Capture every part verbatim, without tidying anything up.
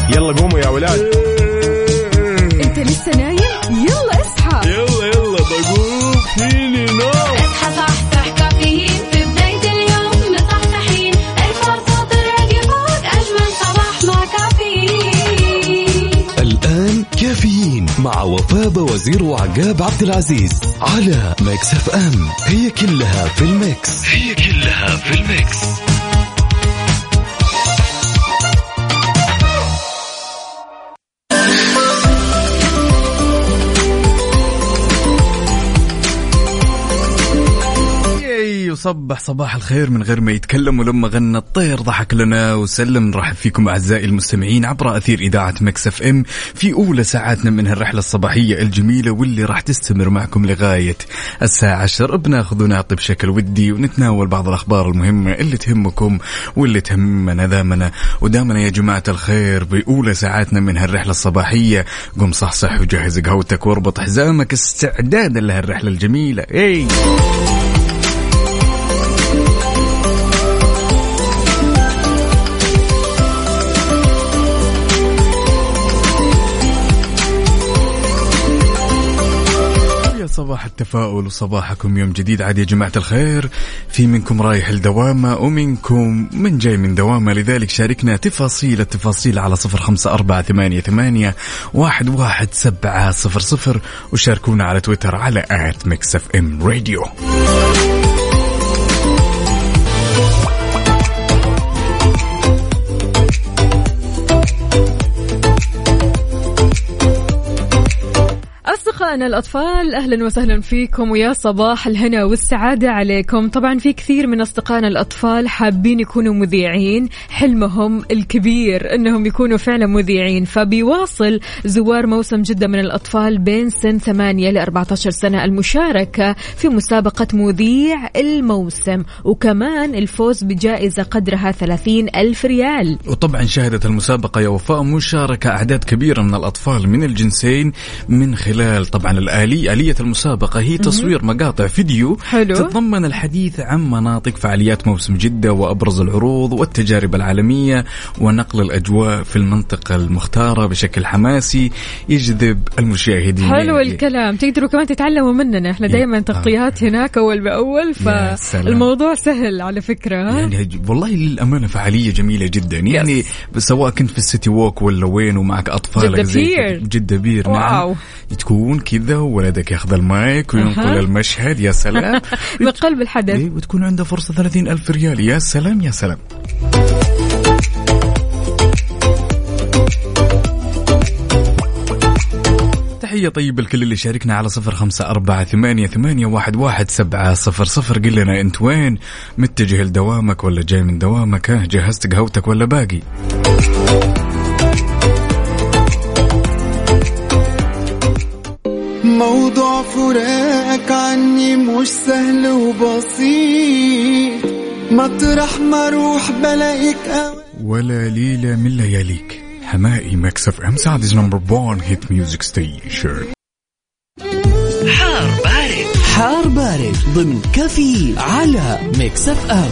يلا قوموا يا ولاد. انت لسه نايم؟ يلا اصحى. يلا يلا بقوم فيني نوم. اصحى صحصح كافيين في بداية اليوم مصحصحين. الفرصة تراقي فوق أجمل صباح مع كافيين. الآن كافيين مع وفاء وزير وعقاب عبد العزيز على ميكس اف ام. هي كلها في الميكس. هي كلها في الميكس. وصبح صباح الخير من غير ما يتكلم، ولما غنى الطير ضحك لنا وسلم. نرحب فيكم أعزائي المستمعين عبر أثير إذاعة ميكس اف ام في أولى ساعاتنا من هالرحلة الصباحية الجميلة واللي راح تستمر معكم لغاية الساعة عشر. بناخذ ونعطي بشكل ودي ونتناول بعض الأخبار المهمة اللي تهمكم واللي تهمنا دامنا ودامنا يا جماعة الخير. بأولى ساعاتنا من هالرحلة الصباحية قم صحصح وجهز قهوتك واربط حزامك استعدادا لهالرحلة الجميلة. اي صباح التفاؤل وصباحكم يوم جديد عاد يا جماعة الخير. في منكم رايح لدوامة ومنكم من جاي من دوامة، لذلك شاركنا تفاصيل التفاصيل على صفر خمسة أربعة ثمانية ثمانية واحد واحد سبعة صفر صفر وشاركونا على تويتر على آت ميكس اف ام راديو. أصدقائنا الأطفال أهلا وسهلا فيكم ويا صباح الهنا والسعادة عليكم. طبعا في كثير من أصدقائنا الأطفال حابين يكونوا مذيعين، حلمهم الكبير أنهم يكونوا فعلا مذيعين، فبيواصل زوار موسم جدة من الأطفال بين سن ثمانية لأربعة عشر سنة المشاركة في مسابقة مذيع الموسم، وكمان الفوز بجائزة قدرها ثلاثين ألف ريال. وطبعا شهدت المسابقة يا وفاء مشاركة أعداد كبيرة من الأطفال من الجنسين من خلال طبعا الآلية آلية المسابقة هي تصوير مقاطع فيديو حلو. تتضمن الحديث عن مناطق فعاليات موسم جدة وأبرز العروض والتجارب العالمية ونقل الأجواء في المنطقة المختارة بشكل حماسي يجذب المشاهدين. حلو الكلام، تقدروا كمان تتعلموا مننا، احنا دائما تغطيات هناك أول بأول، فالموضوع سهل على فكرة. يعني والله للأمانة فعالية جميلة جدا، يعني سواء كنت في السيتي ووك ولا وين ومعك أطفالك جدة بير جدة بير نعم. تكون كذا وولدك ياخذ المايك وينقل أه. المشهد يا سلام بقلب الحدث، وتكون عنده فرصة ثلاثين ألف ريال. يا سلام يا سلام. تحية طيب الكل اللي شاركنا على صفر خمسة أربعة ثمانية ثمانية واحد واحد سبعة صفر صفر. قل لنا انت وين، متجه لدوامك ولا جاي من دوامك؟ جهزت قهوتك ولا باقي؟ موضوع فراقك عني مش سهل وبسيط، مطرح ما روح بلاقيك ولا ليلة من لياليك. حمائي ميكس اف ام سعدز نمبر وان هيت ميوزك ستيشن. حار بارد حار بارد ضمن كفي على ميكس اف ام.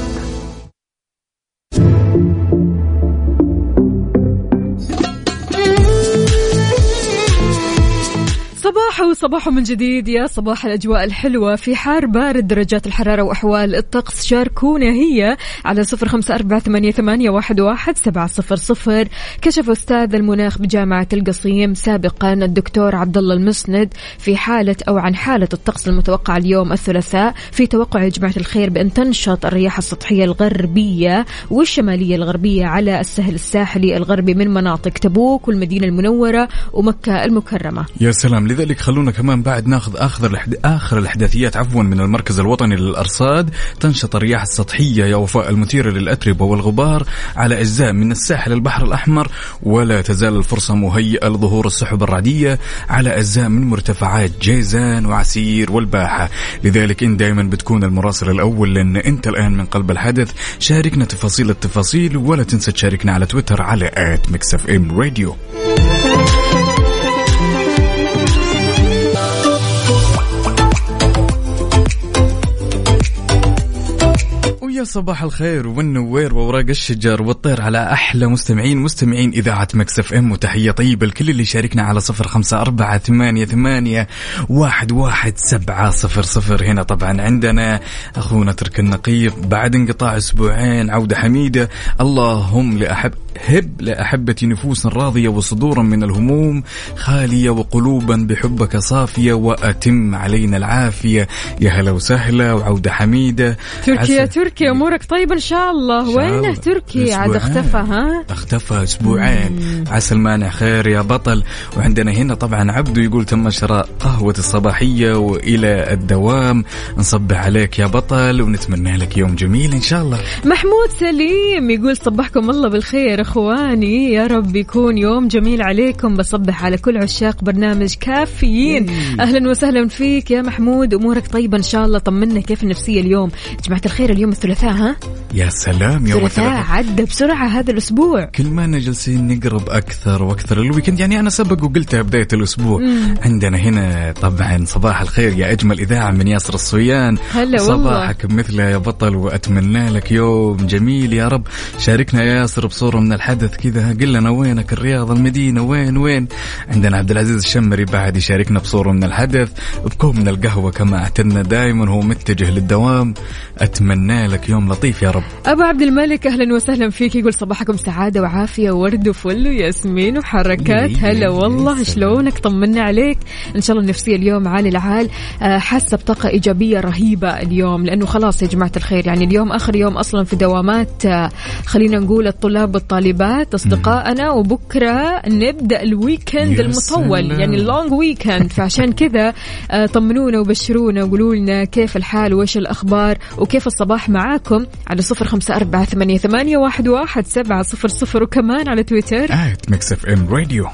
صباح وصباح من جديد، يا صباح الأجواء الحلوة في حار بارد. درجات الحرارة وأحوال الطقس شاركونا هي على صفر خمسة أربعة ثمانية ثمانية واحد واحد سبعة صفر صفر. كشف أستاذ المناخ بجامعة القصيم سابقا الدكتور عبد الله المسند في حالة أو عن حالة الطقس المتوقع اليوم الثلاثاء، في توقع يا جماعة الخير بأن تنشط الرياح السطحية الغربية والشمالية الغربية على السهل الساحلي الغربي من مناطق تبوك والمدينة المنورة ومكة المكرمة. يا سلام. لذلك خلونا كمان بعد ناخذ آخر آخر الأحداثيات عفوا من المركز الوطني للأرصاد. تنشط الرياح السطحية يا وفاء المثيرة للأتربة والغبار على أجزاء من الساحل البحر الأحمر، ولا تزال الفرصة مهيئة لظهور السحب الرعدية على أجزاء من مرتفعات جيزان وعسير والباحة. لذلك إن دائما بتكون المراسل الأول لأن أنت الآن من قلب الحدث. شاركنا تفاصيل التفاصيل ولا تنسى تشاركنا على تويتر على آت ميكس اف ام راديو. ويا صباح الخير والنوير ووراق الشجر والطير على أحلى مستمعين مستمعين إذاعة مكس اف ام. وتحية طيبة لكل اللي شاركنا على صفر خمسة أربعة ثمانية ثمانية واحد واحد سبعة صفر صفر. هنا طبعا عندنا أخونا ترك النقيب بعد انقطاع أسبوعين عودة حميدة. اللهم لأحب هب لأحبتي نفوسا راضية وصدورا من الهموم خالية وقلوبا بحبك صافية وأتم علينا العافية. يا هلا وسهلا وعودة حميدة. تركيا تركيا أمورك طيبة إن شاء الله. وينه تركي عاد اختفى؟ ها اختفى أسبوعين. عسى المانع خير يا بطل. وعندنا هنا طبعا عبدو يقول تم شراء قهوة الصباحية وإلى الدوام. نصبح عليك يا بطل ونتمنى لك يوم جميل إن شاء الله. محمود سليم يقول صبحكم الله بالخير إخواني، يا رب يكون يوم جميل عليكم. بصبح على كل عشاق برنامج كافيين. أهلا وسهلا فيك يا محمود، أمورك طيبة إن شاء الله. طمنا كيف النفسية اليوم؟ جماعة الخير اليوم الثلاثاء. ها يا سلام يوم الثلاثاء عدى بسرعة هذا الأسبوع. كل ما نجلسين نقرب أكثر وأكثر الويكند. يعني أنا سبق وقلتها بداية الأسبوع. مم. عندنا هنا طبعا صباح الخير يا أجمل إذاعة من ياسر الصويان. هلا صباحك مثله يا بطل وأتمنى لك يوم جميل يا رب. شاركنا يا ياسر بصورة من الحدث كذا، قل لنا وينك الرياض المدينة وين وين. عندنا عبد العزيز الشمري بعد يشاركنا بصورة من الحدث بكوب من القهوة كما اعتدنا دائما، هو متجه للدوام. أتمنى لك يوم لطيف يا رب. أبو عبد الملك أهلا وسهلا فيك، يقول صباحكم سعادة وعافية ورد وفل وياسمين وحركات. هلا والله شلونك؟ طمنا عليك. إن شاء الله النفسية اليوم عالي العال. حاسة بطاقة إيجابية رهيبة اليوم، لأنه خلاص يا جماعة الخير يعني اليوم آخر يوم أصلا في دوامات خلينا نقول الطلاب والطالبات أصدقائنا، وبكرة نبدأ الويكند المطول يعني اللونج ويكند. فعشان كذا طمنونا وبشرونا وقولوا لنا كيف الحال وإيش الأخبار وكيف الصباح معاكم على صفر خمسة أربعة ثمانية ثمانية واحد واحد سبعة صفر صفر، وكمان على تويتر آت ميكس اف ام راديو.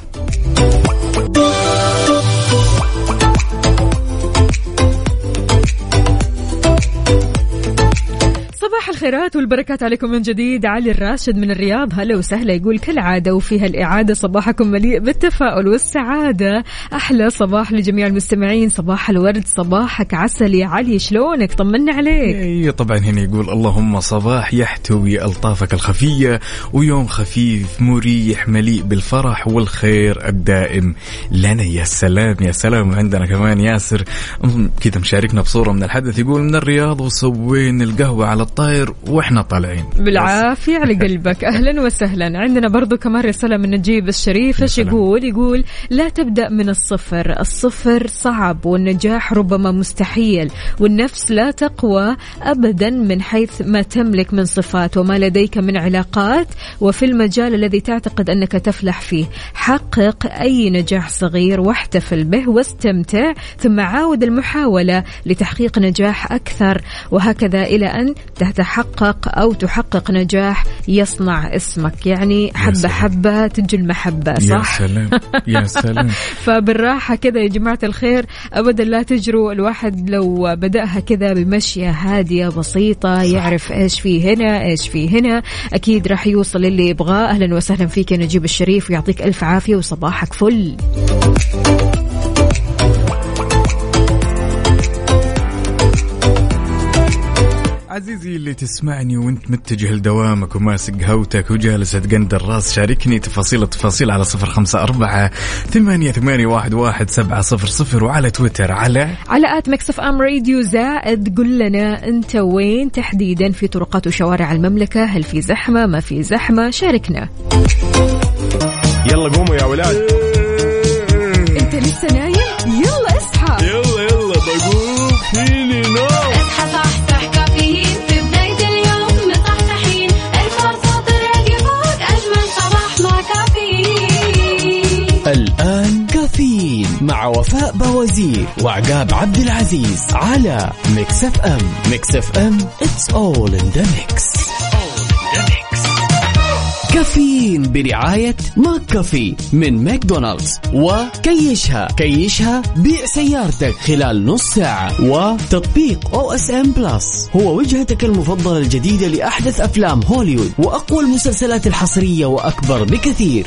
صباح الخيرات والبركات عليكم من جديد. علي الراشد من الرياض هلا وسهلا، يقول كالعادة وفيها الإعادة صباحكم مليء بالتفاؤل والسعادة. أحلى صباح لجميع المستمعين، صباح الورد، صباحك عسل يا علي. شلونك؟ طمنا عليك. اي طبعا هنا يقول اللهم صباح يحتوي ألطافك الخفية ويوم خفيف مريح مليء بالفرح والخير الدائم لنا. يا سلام يا سلام. عندنا كمان ياسر كذا مشاركنا بصورة من الحدث، يقول من الرياض وسوين القهوة على الطاير واحنا طالعين. بالعافية على قلبك. أهلا وسهلا. عندنا برضو كمان رسالة من نجيب الشريف. ايش يقول؟ يقول لا تبدأ من الصفر، الصفر صعب والنجاح ربما مستحيل، والنفس لا تقوى أبدا من حيث ما تملك من صفات وما لديك من علاقات وفي المجال الذي تعتقد أنك تفلح فيه. حقق أي نجاح صغير واحتفل به واستمتع، ثم عاود المحاولة لتحقيق نجاح أكثر، وهكذا إلى أن تتحقق أو تحقق نجاح يصنع اسمك. يعني حبة حبة تجي المحبة، صح؟ يا سلام يا سلام. فبالراحة كذا يا جماعة الخير، أبدا لا تجروا. الواحد لو بدأها كذا بمشية هادية بسيطة يعرف إيش فيه هنا إيش فيه هنا، أكيد راح يوصل اللي يبغاه. أهلا وسهلا فيك يا نجيب الشريف، ويعطيك ألف عافية وصباحك فل. عزيزي اللي تسمعني وانت متجه لدوامك وماسك قهوتك وجالس تقند الراس، شاركني تفاصيل التفاصيل على صفر خمسة أربعة ثمانية ثمانية واحد واحد سبعة صفر صفر، وعلى تويتر على على آت ميكس اف ام راديو. زائد قل لنا انت وين تحديدا في طرقات وشوارع المملكة، هل في زحمة ما في زحمة؟ شاركنا. يلا قوموا يا ولاد. انت لسه نايم؟ يلا اصحى. يلا يلا بقوم فيني نوم. اصحى صحصح كافيين في بداية اليوم مصحصحين، الفرصة تراقي فوق أجمل صباح مع كافيين. الآن كافيين مع وفاء بوزير وعقاب عبد العزيز على ميكس اف ام. ميكس اف ام it's all in the mix. كافيين برعاية ماك كافي من ماكدونالدز، وكيشها كيشها بيع سيارتك خلال نص ساعة، وتطبيق او اس ام بلس هو وجهتك المفضلة الجديدة لأحدث أفلام هوليوود وأقوى المسلسلات الحصرية وأكبر بكثير.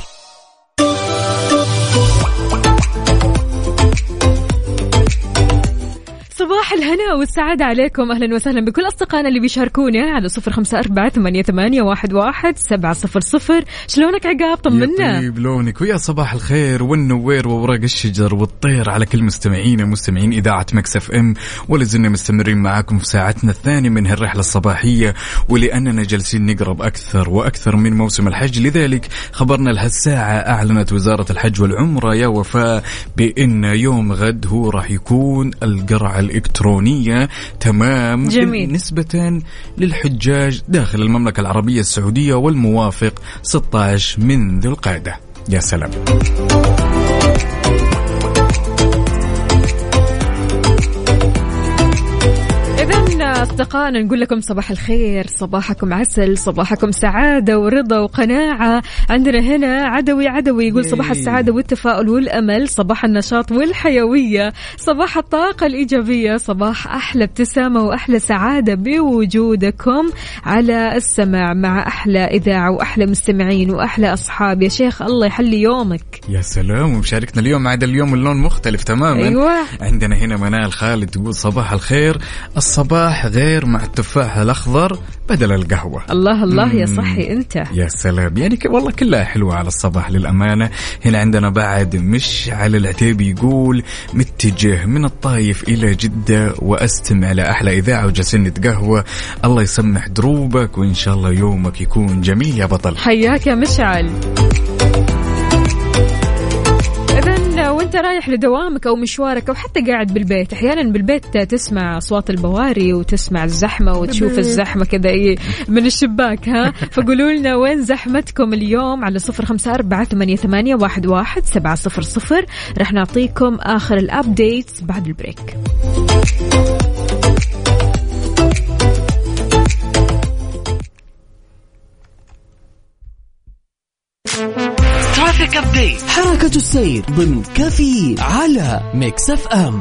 صباح صباح الهنا والسعادة عليكم. أهلا وسهلا بكل أصدقائنا اللي بيشاركونا على صفر خمسة أربعة ثمانية ثمانية واحد واحد سبعة صفر صفر. شلونك عقاب؟ طمنا. يطيب لونك ويا صباح الخير والنوير وورق الشجر والطير على كل مستمعينا مستمعين إذاعة مكس اف ام. ولازلنا مستمرين معاكم في ساعتنا الثانية من هالرحلة الصباحية، ولأننا جالسين نقرب أكثر وأكثر من موسم الحج، لذلك خبرنا لهالساعة أعلنت وزارة الحج والعمرة يا وفاء بأن يوم غد هو راح يكون القرعة الإلكترونية تمام. جميل. نسبة للحجاج داخل المملكة العربية السعودية والموافق ستة عشر من ذو القعدة. يا سلام. أصدقائنا نقول لكم صباح الخير، صباحكم عسل، صباحكم سعادة ورضا وقناعة. عندنا هنا عدوي عدوي يقول صباح السعادة والتفاؤل والأمل، صباح النشاط والحيوية، صباح الطاقة الإيجابية، صباح أحلى ابتسامة وأحلى سعادة بوجودكم على السماع مع أحلى إذاعة وأحلى مستمعين وأحلى أصحاب. يا شيخ الله يحلي يومك. يا سلام. ومشاركنا اليوم عاد اليوم اللون مختلف تماما. أيوة. عندنا هنا منال خالد تقول صباح الخير، الصباح غير مع التفاح الأخضر بدل القهوة. الله الله يا صحي أنت. يا سلام. يعني والله كلها حلوة على الصباح للأمانة. هنا عندنا بعد مش على العتيبي يقول متجه من الطايف إلى جدة وأستمع لأحلى إذاعة وجالسين نتقهوى. الله يسمح دروبك وإن شاء الله يومك يكون جميل يا بطل. حياك يا مشعل. وانت رايح لدوامك او مشوارك او حتى قاعد بالبيت، احيانا بالبيت تسمع اصوات البواري وتسمع الزحمه وتشوف الزحمه كذا ايه من الشباك ها. فقولوا لنا وين زحمتكم اليوم على صفر خمسة أربعة ثمانية ثمانية واحد واحد سبعة صفر صفر. رح نعطيكم اخر الابديتس بعد البريك. ترافيك أبديت، حركة السير ضمن كفي على ميكس اف ام.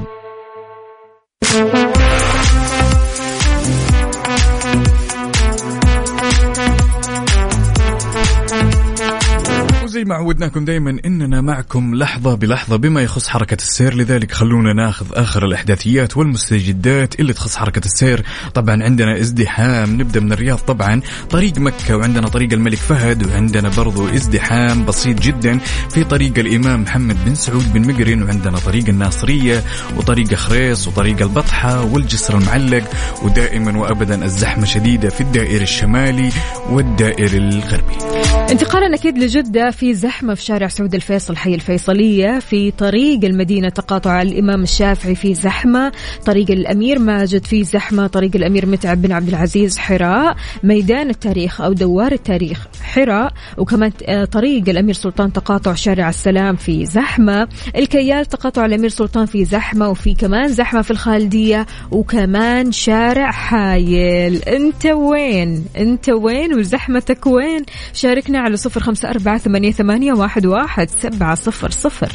زي ما عودناكم دايما إننا معكم لحظة بلحظة بما يخص حركة السير، لذلك خلونا ناخذ آخر الإحداثيات والمستجدات اللي تخص حركة السير. طبعا عندنا ازدحام، نبدأ من الرياض طبعا طريق مكة، وعندنا طريق الملك فهد، وعندنا برضو ازدحام بسيط جدا في طريق الإمام محمد بن سعود بن مقرن، وعندنا طريق الناصرية وطريق خريص وطريق البطحة والجسر المعلق. ودائما وأبدا الزحمة شديدة في الدائر الشمالي والدائر الغربي. انتقالا أكيد لجدة، في زحمة في شارع سعود الفيصل حي الفيصلية، في طريق المدينة تقاطع الإمام الشافعي في زحمة، طريق الأمير ماجد في زحمة، طريق الأمير متعب بن عبد العزيز حراء، ميدان التاريخ أو دوار التاريخ حراء، وكمان طريق الأمير سلطان تقاطع شارع السلام في زحمة، الكيال تقاطع الأمير سلطان في زحمة، وفي كمان زحمة في الخالدية، وكمان شارع حايل. انت وين؟ انت وين وزحمتك وين؟ شاركنا على صفر خمسة أربعة ثمانية ثمانية واحد واحد سبعة صفر صفر.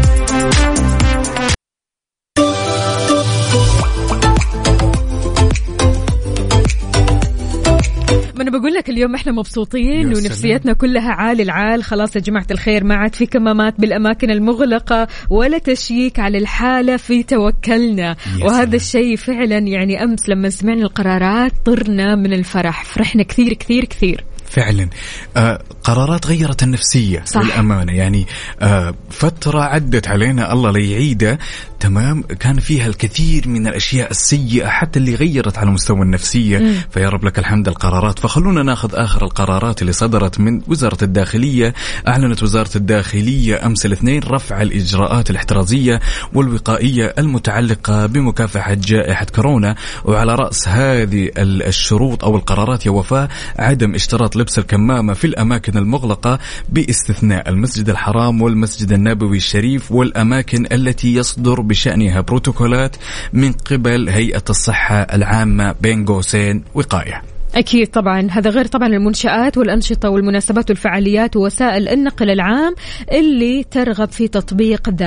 أنا بقول لك اليوم إحنا مبسوطين ونفسيتنا كلها عال العال. خلاص يا جماعة الخير، ما عاد في كمامات بالأماكن المغلقة ولا تشييك على الحالة في توكلنا. وهذا الشيء فعلا يعني أمس لما سمعنا القرارات طرنا من الفرح، فرحنا كثير كثير كثير فعلا. آه قرارات غيرت النفسية والأمانة. يعني آه فترة عدت علينا الله ليعيدها تمام، كان فيها الكثير من الأشياء السيئة حتى اللي غيرت على مستوى النفسية. م. فيا رب لك الحمد القرارات. فخلونا ناخذ آخر القرارات اللي صدرت من وزارة الداخلية. أعلنت وزارة الداخلية أمس الاثنين رفع الإجراءات الاحترازية والوقائية المتعلقة بمكافحة جائحة كورونا، وعلى رأس هذه الشروط أو القرارات يا وفاء عدم اشتراط لبس الكمامة في الأماكن المغلقة باستثناء المسجد الحرام والمسجد النبوي الشريف والأماكن التي يصدر بشأنها بروتوكولات من قبل هيئة الصحة العامة بين قوسين وقاية. أكيد طبعا، هذا غير طبعا المنشآت والأنشطة والمناسبات والفعاليات ووسائل النقل العام اللي ترغب في تطبيق ذلك.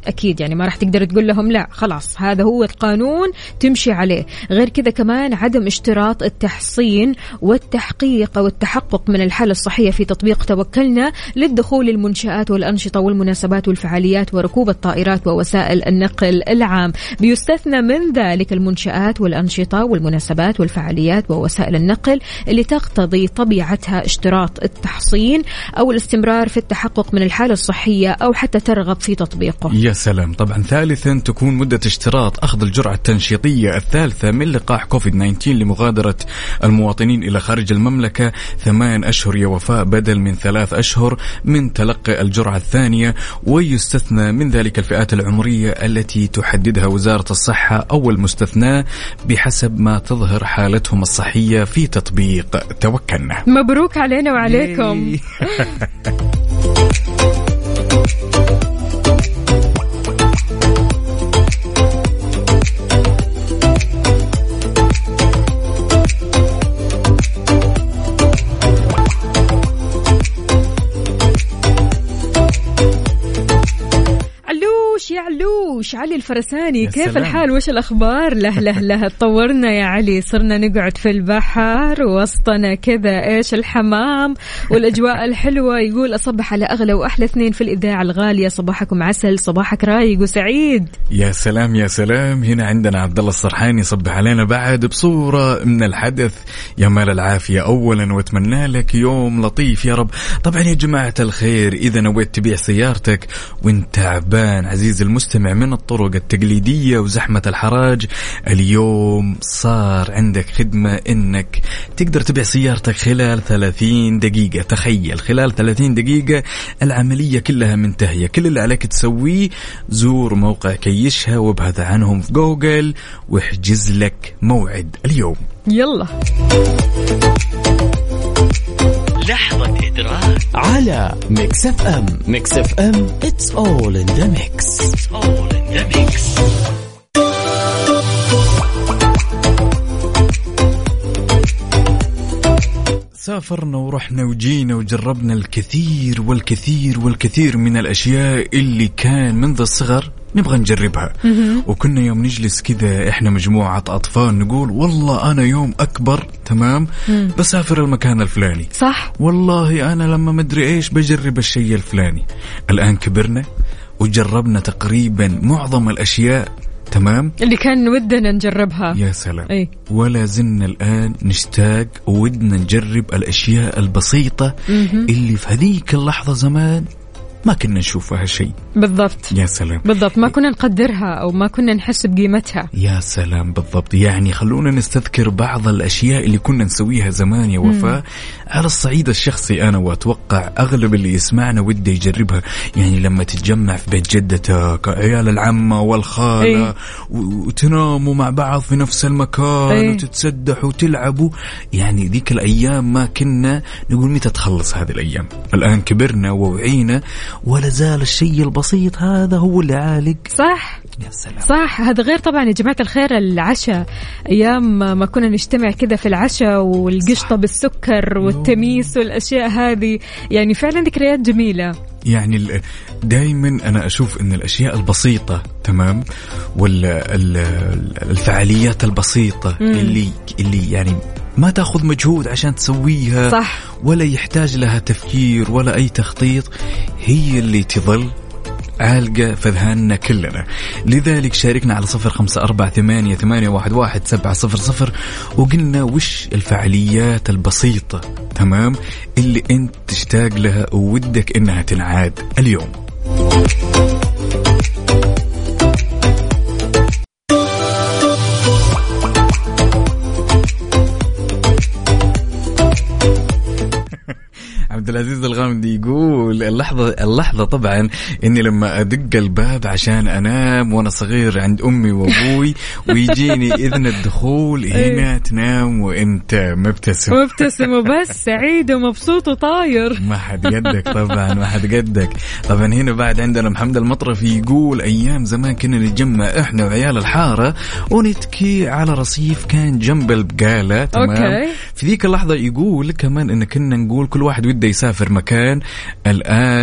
أكيد يعني ما راح تقدر تقول لهم لا خلاص هذا هو القانون تمشي عليه. غير كذا كمان عدم اشتراط التحصين والتحقيق أو التحقق من الحالة الصحية في تطبيق توكلنا للدخول للمنشآت والأنشطة والمناسبات والفعاليات وركوب الطائرات ووسائل النقل العام. بيستثنى من ذلك المنشآت والأنشطة والمناسبات والفعاليات ووسائل النقل اللي تقتضي طبيعتها اشتراط التحصين أو الاستمرار في التحقق من الحالة الصحية أو حتى ترغب في تطبيقه. يا سلام. طبعا ثالثا تكون مدة اشتراط أخذ الجرعة التنشيطية الثالثة من لقاح كوفيد تسعة عشر لمغادرة المواطنين إلى خارج المملكة ثمان أشهر يا وفاء بدل من ثلاث أشهر من تلقي الجرعة الثانية. ويستثنى من ذلك الفئات العمرية التي تحددها وزارة الصحة أو المستثنى بحسب ما تظهر حالتهم الصحية في تطبيق توكلنا. مبروك علينا وعليكم. يا علوش علي الفرساني كيف سلام. الحال وش الأخبار؟ له له له تطورنا يا علي صرنا نقعد في البحر وسطنا كذا إيش الحمام والأجواء الحلوة. يقول أصبح على أغلى وأحلى اثنين في الإذاعة الغالية صباحكم عسل صباحك رايق وسعيد. يا سلام يا سلام. هنا عندنا عبد الله السرحاني يصبح علينا بعد بصورة من الحدث. يا مال العافية أولا واتمنى لك يوم لطيف يا رب. طبعا يا جماعة الخير إذا نويت تبيع سيارتك وانت تعبان عزيز المستمع من الطرق التقليدية وزحمة الحراج اليوم صار عندك خدمة انك تقدر تبيع سيارتك خلال ثلاثين دقيقة. تخيل خلال ثلاثين دقيقة العملية كلها منتهية. كل اللي عليك تسويه زور موقع كيشها وابحث عنهم في جوجل واحجز لك موعد اليوم. يلا لحظة إدراك على ميكس اف ام. ميكس اف ام it's all in the mix. It's all in the mix. سافرنا ورحنا وجينا وجربنا الكثير والكثير والكثير من الأشياء اللي كان منذ الصغر نبغى نجربها. وكنا يوم نجلس كذا إحنا مجموعة أطفال نقول والله أنا يوم أكبر تمام بسافر المكان الفلاني صح والله أنا لما مدري إيش بجرب الشيء الفلاني. الآن كبرنا وجربنا تقريبا معظم الأشياء تمام اللي كان ودنا نجربها. يا سلام. أي. ولا زلنا الآن نشتاق ودنا نجرب الأشياء البسيطة اللي في هذيك اللحظة زمان ما كنا نشوفها شيء. بالضبط. يا سلام. بالضبط ما كنا نقدرها أو ما كنا نحس بقيمتها. يا سلام بالضبط. يعني خلونا نستذكر بعض الأشياء اللي كنا نسويها زمان يا وفاء على الصعيد الشخصي أنا وأتوقع أغلب اللي يسمعنا وده يجربها. يعني لما تتجمع في بيت جدتك عيال العمة والخالة ايه؟ وتناموا مع بعض في نفس المكان ايه؟ وتتسدحوا وتلعبوا. يعني ذيك الأيام ما كنا نقول متى تخلص هذه الأيام. الآن كبرنا ووعينا ولا زال الشيء البسيط هذا هو اللي عالق. صح يا سلام. صح. هذا غير طبعا يا جماعة الخير العشاء أيام ما كنا نجتمع كذا في العشاء والقشطة بالسكر والتميس والأشياء هذه. يعني فعلا ذكريات جميلة. يعني دايما أنا أشوف أن الأشياء البسيطة تمام والفعاليات البسيطة مم. اللي اللي يعني ما تأخذ مجهود عشان تسويها صح. ولا يحتاج لها تفكير ولا أي تخطيط هي اللي تظل عالقة في ذهننا كلنا. لذلك شاركنا على صفر خمسة أربعة ثمانية ثمانية واحد واحد سبعة صفر صفر وقلنا وش الفعاليات البسيطة تمام اللي أنت تشتاق لها وودك إنها تنعاد اليوم. عبد العزيز الغامدي يقول اللحظة اللحظة طبعا إني لما أدق الباب عشان أنام وأنا صغير عند أمي وأبوي ويجيني إذن الدخول هنا تنام وأنت مبتسم مبتسم وبس سعيد ومبسوط وطاير. ما حد قدك طبعا ما حد قدك. طبعا هنا بعد عندنا محمد المطرفي يقول أيام زمان كنا نتجمع إحنا وعيال الحارة ونتكي على رصيف كان جنب البقالة تمام. أوكي. في ذيك اللحظة يقول كمان إن كنا نقول كل واحد وده يسافر مكان. الآن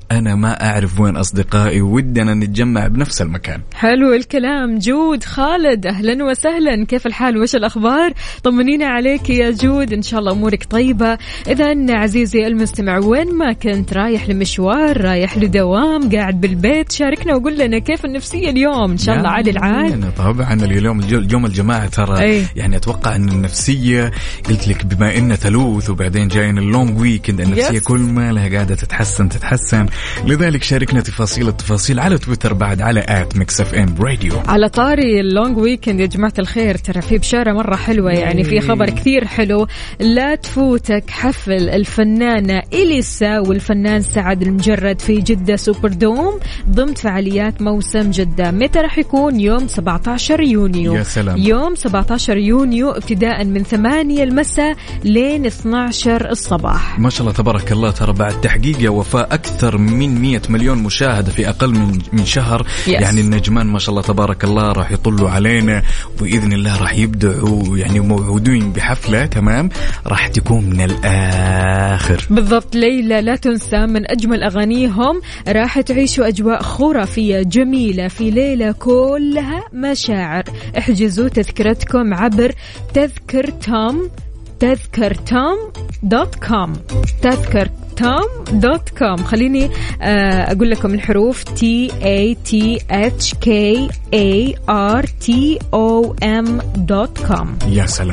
أنا ما أعرف وين أصدقائي ودنا نتجمع بنفس المكان. حلو الكلام. جود خالد أهلا وسهلا، كيف الحال وش الأخبار؟ طمنينا عليك يا جود، إن شاء الله أمورك طيبة. إذن عزيزي المستمع وين ما كنت، رايح لمشوار، رايح لدوام، قاعد بالبيت، شاركنا وقول لنا كيف النفسية اليوم. إن شاء الله عالي العال. طبعا اليوم اليوم الجماعة ترى أي. يعني أتوقع أن النفسية قلت لك بما إنه ثلوث وبعدين جاين اللونج ويكند النفسية يس. كل ما لها قاعدة تتحسن تتحسن. لذلك شاركنا تفاصيل التفاصيل على تويتر بعد على آت ميكس اف ام راديو. على طاري اللونج ويكند يا جماعة الخير، ترى في بشارة مرة حلوة، يعني في خبر كثير حلو. لا تفوتك حفل الفنانة إليسا والفنان سعد المجرد في جدة سوبر دوم ضمن فعاليات موسم جدة. متى راح يكون؟ يوم سبعة عشر يونيو. يا سلام. يوم سبعة عشر يونيو ابتداء من ثمانية المساء لين اثنا عشر الصباح. ما شاء الله تبارك الله. ترى بعد تحقيق يا وفاء أكثر من مئة مليون مشاهدة في أقل من من شهر yes. يعني النجمان ما شاء الله تبارك الله راح يطلوا علينا وبإذن الله راح يبدعوا، يعني موعودين بحفلة تمام راح تكون من الآخر. بالضبط. ليلة لا تنسى من أجمل أغانيهم، راح تعيشوا أجواء خرافية جميلة في ليلة كلها مشاعر. احجزوا تذكرتكم عبر تذكرتم تذكرتم دوت كوم تذكرتم دوت كوم. خليني أقول لكم الحروف T A T H K A R T O M دوت كوم. يا سلام.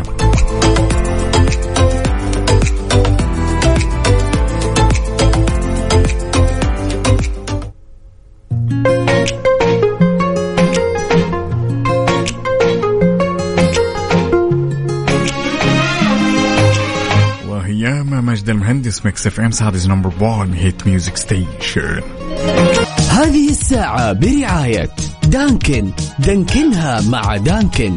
مجد المهندس ميكس اف ام سعوديز نمبر واحد هيت ميوزك ستيشن. هذه الساعة برعاية دانكن، دانكنها مع دانكن.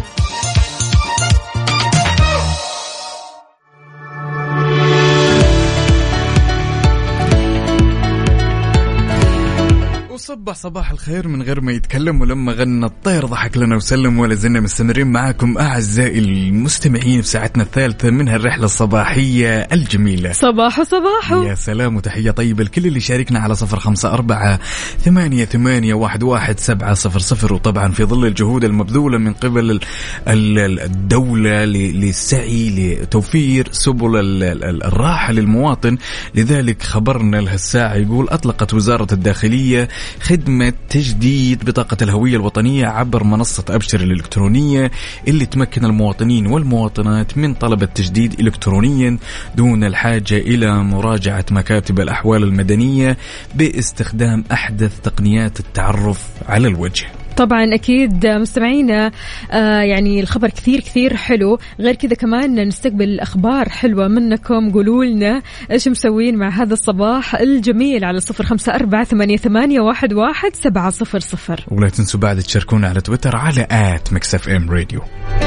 صبح صباح الخير من غير ما يتكلم، ولما غنى الطير ضحك لنا وسلم. ولا زلنا مستمرين معاكم أعزائي المستمعين في ساعتنا الثالثة من هالرحلة الصباحية الجميلة. صباح صباح يا سلام. وتحية طيبة لكل اللي شاركنا على صفر خمسة أربعة ثمانية ثمانية واحد واحد سبعة صفر صفر. وطبعا في ظل الجهود المبذولة من قبل الدولة للسعي لتوفير سبل الراحة للمواطن، لذلك خبرنا لهالساعة يقول أطلقت وزارة الداخلية خدمة تجديد بطاقة الهوية الوطنية عبر منصة أبشر الإلكترونية، اللي تمكن المواطنين والمواطنات من طلب التجديد إلكترونيا دون الحاجة إلى مراجعة مكاتب الأحوال المدنية باستخدام أحدث تقنيات التعرف على الوجه. طبعا أكيد مستمعينا، آه يعني الخبر كثير كثير حلو. غير كذا كمان نستقبل أخبار حلوة منكم، قولوا لنا إيش مسوين مع هذا الصباح الجميل على صفر خمسة أربعة ثمانية ثمانية واحد واحد سبعة صفر صفر. ولا تنسوا بعد تشاركونا على تويتر على آت ميكس اف ام راديو.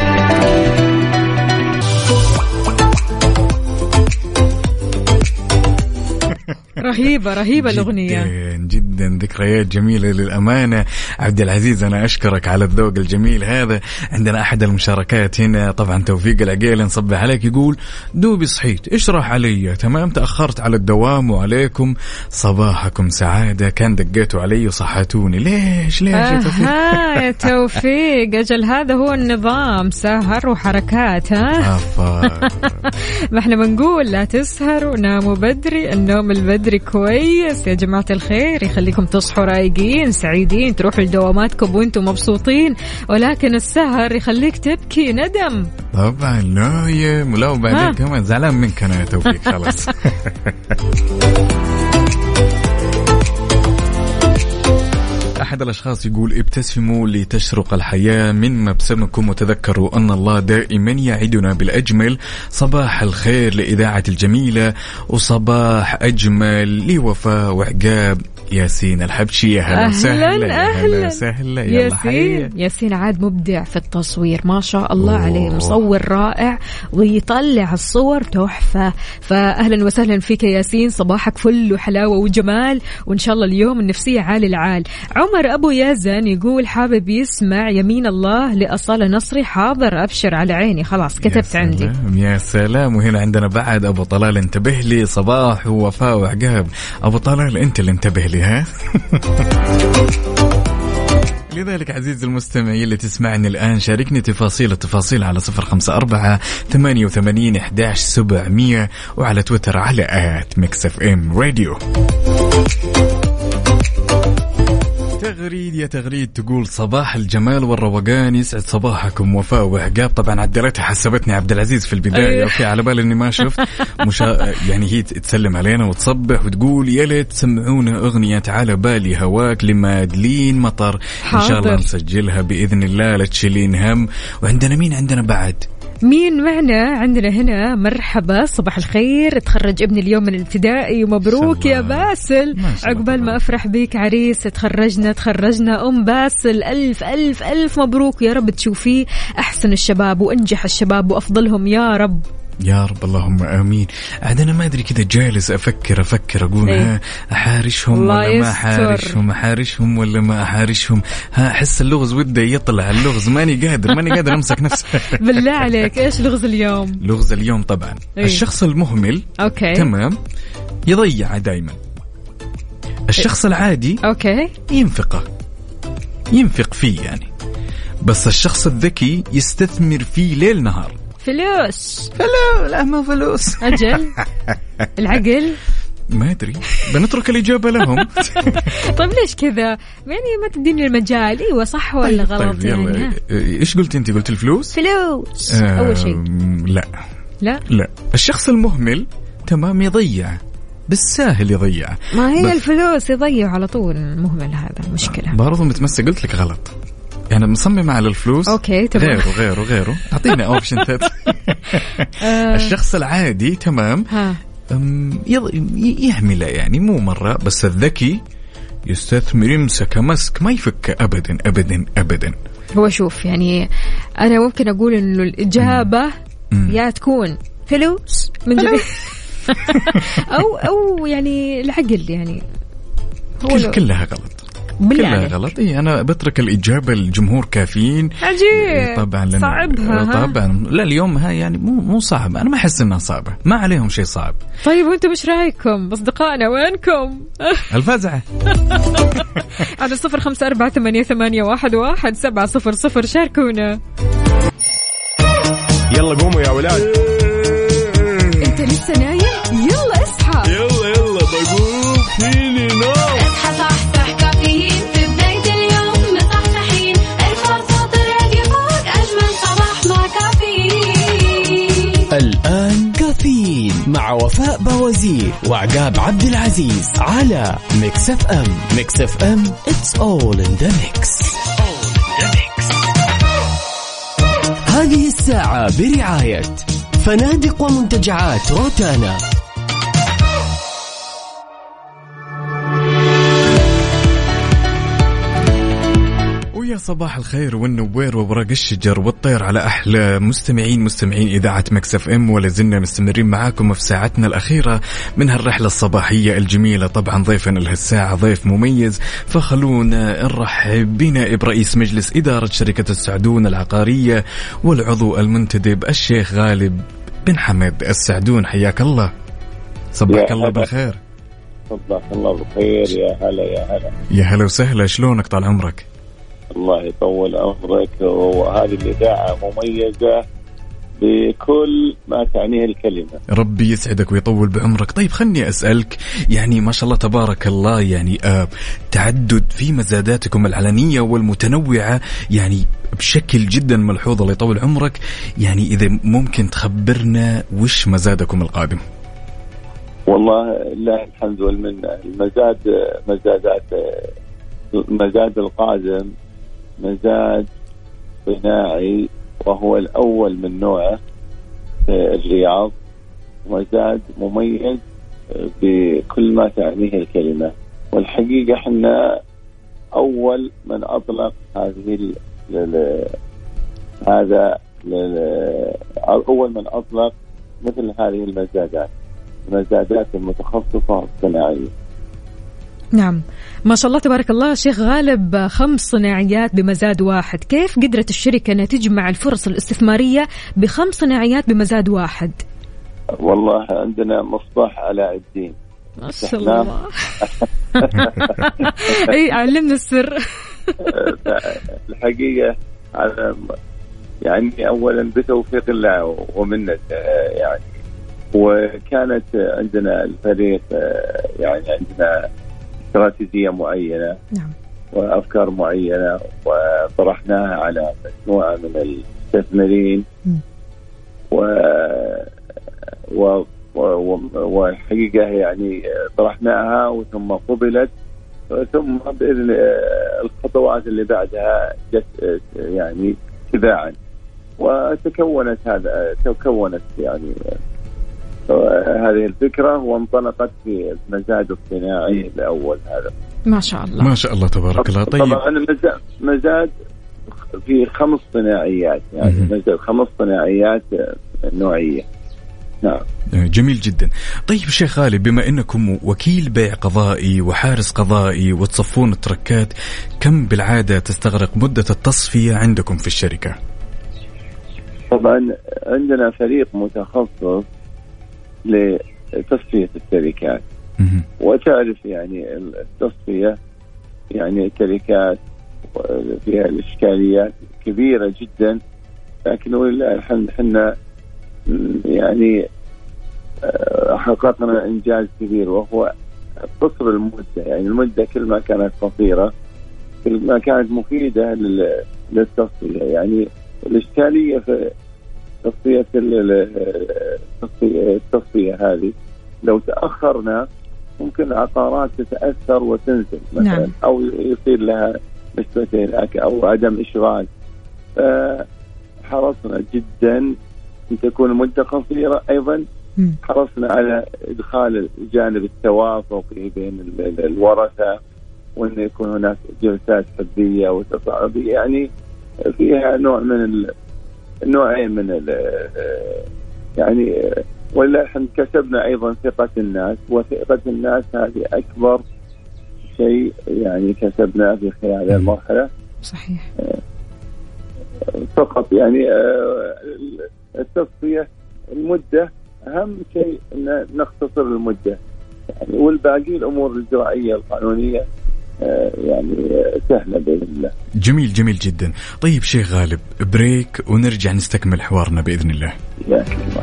رهيبة رهيبة الأغنية جدا جدا، ذكريات جميلة للأمانة. عبد العزيز أنا أشكرك على الذوق الجميل هذا. عندنا أحد المشاركات هنا طبعا توفيق العقيل نصبح عليك، يقول دوبي صحيت اشرح علي تمام تأخرت على الدوام وعليكم صباحكم سعادة، كان دقيتوا علي وصحتوني. ليش ليش آه يا توفيق؟ ها يا توفيق أجل هذا هو النظام، سهر وحركات. ها ما احنا بنقول لا تسهروا ناموا بدري، النوم البدري كويس يا جماعة الخير، يخليكم تصحوا رايقين سعيدين تروحوا لدواماتكم وانتم مبسوطين، ولكن السهر يخليك تبكي ندم. طبعا لا يا ملاو بعدين كمان زعلان منك أنا يا توفيق خلاص. أحد الأشخاص يقول ابتسموا لتشرق الحياة من مبسمكم وتذكروا أن الله دائما يعدنا بالأجمل. صباح الخير لإذاعة الجميلة وصباح أجمل لوفاء وعقاب ياسين الحبشي. يا هلا وسهلا. أهلا يا هلا وسهلا. يلا حيا. ياسين عاد مبدع في التصوير ما شاء الله أوه. عليه مصور رائع ويطلع الصور تحفة. فأهلا وسهلا فيك ياسين، صباحك فل وحلاوة وجمال، وإن شاء الله اليوم النفسية عال العال. عمر أبو يزن يقول حابب يسمع يمين الله لأصالة نصري. حاضر أبشر على عيني، خلاص كتبت يا عندي. يا سلام. وهنا عندنا بعد أبو طلال انتبه لي، صباح ووفاء وعقاب. أبو طلال أنت اللي انتبه لي ها. لذلك عزيزي المستمع اللي تسمعني الآن شاركني تفاصيل التفاصيل على صفر خمسة أربعة ثمانية وثمانين إحداش سبعمية وعلى تويتر على آت ميكس اف ام راديو. تغريد يا تغريد تقول صباح الجمال والروقان، يسعد صباحكم وفاء وعقاب. طبعا عدلتها حسبتني عبد العزيز في البداية. اوكي على بالي اني ما شفت مشا... يعني هي تسلم علينا وتصبح وتقول يا ليت تسمعونا اغنية على بالي هواك لمادلين مطر. ان شاء الله نسجلها باذن الله لا تشيلين هم. وعندنا مين عندنا بعد؟ مين معنا؟ عندنا هنا مرحبا صباح الخير، تخرج ابني اليوم من الابتدائي ومبروك يا باسل. عقبال ما أفرح بيك عريس، تخرجنا تخرجنا أم باسل، ألف ألف ألف مبروك، يا رب تشوفيه أحسن الشباب وأنجح الشباب وأفضلهم يا رب يا رب اللهم آمين. عاد أنا ما أدري كذا جالس أفكر أفكر أقول ايه؟ ها أحارشهم ولا ما أحارشهم، أحارشهم ولا ما أحارشهم. ها أحس اللغز وده يطلع اللغز، ماني قادر ماني قادر أمسك نفسي. بالله عليك إيش لغز اليوم؟ لغز اليوم طبعا ايه؟ الشخص المهمل أوكي. تمام يضيع دايما. الشخص العادي أوكي ينفقه ينفق فيه يعني، بس الشخص الذكي يستثمر فيه ليل نهار. فلوس فلوس لا ما فلوس أجل. العقل ما أدري، بنترك الإجابة لهم. طيب ليش كذا يعني ما تديني المجال؟ إيوه صح ولا غلط؟ طيب يعني إيش قلت أنت؟ قلت الفلوس. فلوس آه أول شيء. لا لا لا الشخص المهمل تمام يضيع بالساهل يضيع. ما هي الفلوس يضيع على طول. المهمل هذا مشكلة برضو متمسك. قلت لك غلط يعني مصممة على الفلوس. أوكي تمام. غيره غيره غيره أعطينا أوبشن ثالث. الشخص العادي تمام يهمل يعني مو مرة، بس الذكي يستثمر يمسك مسك ما يفك أبدا أبدا أبدا. هو شوف يعني أنا ممكن أقول إنه الإجابة مم. يا تكون فلوس من جد أو أو يعني العقل يعني كل كلها غلط كلها غلط. إيه أنا بترك الإجابة الجمهور كافيين. عجيب طبعا صعبها. طبعا لا اليوم ها يعني مو مو صعب. أنا ما أحس إنها صعبة، ما عليهم شيء صعب. طيب وأنتم مش رأيكم أصدقائنا وينكم؟ الفزعة على صفر خمسة أربعة ثمانية ثمانية واحد واحد سبعة صفر صفر شاركونا. يلا قوموا يا ولاد. أنت لسه نايم؟ يلا اصحى. يلا يلا بقوم فيني نوم. اصحى صحصح كافيين في بداية اليوم مصحصحين. ارفع صوت الراديو فوق أجمل صباح مع كافيين. الآن كافيين مع وفاء بوازير وعقاب عبد العزيز على ميكس اف ام. ميكس اف ام it's all in the mix. هذه الساعة برعاية فنادق ومنتجعات روتانا. ويا صباح الخير والنوير وورق الشجر والطير على أحلى مستمعين مستمعين إذاعة ميكس اف ام. ولا زلنا مستمرين معاكم في ساعتنا الأخيرة من هالرحلة الصباحية الجميلة. طبعا ضيفنا لهالساعة ضيف مميز، فخلونا نرحب بنائب رئيس مجلس إدارة شركة السعدون العقارية والعضو المنتدب الشيخ غالب بن حمد السعدون. حياك الله. صباحك الله بالخير. صباح الله بالخير. يا هلا يا هلا يا هلا وسهلا. شلونك طال عمرك؟ الله يطول عمرك. وهذه الإذاعة مميزة بكل ما تعنيه الكلمة. ربي يسعدك ويطول بعمرك. طيب خلني أسألك يعني ما شاء الله تبارك الله يعني آه تعدد في مزاداتكم العلنية والمتنوعة يعني بشكل جدا ملحوظ. الله يطول عمرك. يعني إذا ممكن تخبرنا وش مزادكم القادم؟ والله لا الحمد والمنة. المزاد مزادات المزاد القادم مزاد صناعي وهو الأول من نوعه في الرياض. مزاد مميز بكل ما تعنيه الكلمة. والحقيقة احنا أول من أطلق هذه ال ال هذا ال أول من أطلق مثل هذه المزادات المزادات المتخصصة الصناعية. نعم ما شاء الله تبارك الله. شيخ غالب، خمس صناعيات بمزاد واحد، كيف قدرت الشركة أن تجمع الفرص الاستثمارية بخمس صناعيات بمزاد واحد؟ والله عندنا مصباح علاء الدين ما شاء الله. اي علمنا السر. الحقيقة على يعني أولا بتوفيق الله ومنه يعني، وكانت عندنا الفريق يعني عندنا استراتيجية معينة نعم. وأفكار معينة وطرحناها على مجموعة من المستثمرين و و والحقيقة يعني طرحناها وثم قبلت، ثم بإذن الخطوات اللي بعدها جت يعني تباعا وتكونت هذا تكونت يعني هذه الفكرة وانطلقت في المزاد الصناعي الأول هذا. ما شاء الله ما شاء الله تبارك الله. طيب طبعا مزاد في خمس صناعيات يعني مزاد خمس صناعيات نوعية. نعم جميل جدا. طيب شيخ غالب، بما أنكم وكيل بيع قضائي وحارس قضائي وتصفون التركات، كم بالعادة تستغرق مدة التصفية عندكم في الشركة؟ طبعا عندنا فريق متخصص لتصفية التركات، وتعرف يعني التصفية يعني التركات فيها الإشكاليات كبيرة جدا، لكن ولله الحمد حنا يعني حققنا إنجاز كبير وهو قصر المدة. يعني المدة كل ما كانت قصيرة كل ما كانت مفيدة للتصفية. يعني الإشكالية في تصفية التصفية هذه لو تأخرنا ممكن العقارات تتأثر وتنزل مثلا نعم. أو يصير لها نسبتين أو عدم إشراك. حرصنا جدا أن تكون المدة قصيرة. أيضا حرصنا على إدخال الجانب التوافقي بين الورثة، وأن يكون هناك جلسات حزبية وتصاعدية يعني فيها نوع من النوعين من يعني. ولله الحمد كسبنا أيضا ثقة الناس، وثقة الناس هذه أكبر شيء يعني كسبناه في خلال هذه المرحلة. صحيح. فقط يعني التصفية المدة أهم شيء أن نختصر المدة يعني، والباقي الأمور الإجرائية القانونية يعني سهلة بإذن الله. جميل جميل جدا. طيب شيخ غالب، بريك ونرجع نستكمل حوارنا بإذن الله. يا الله.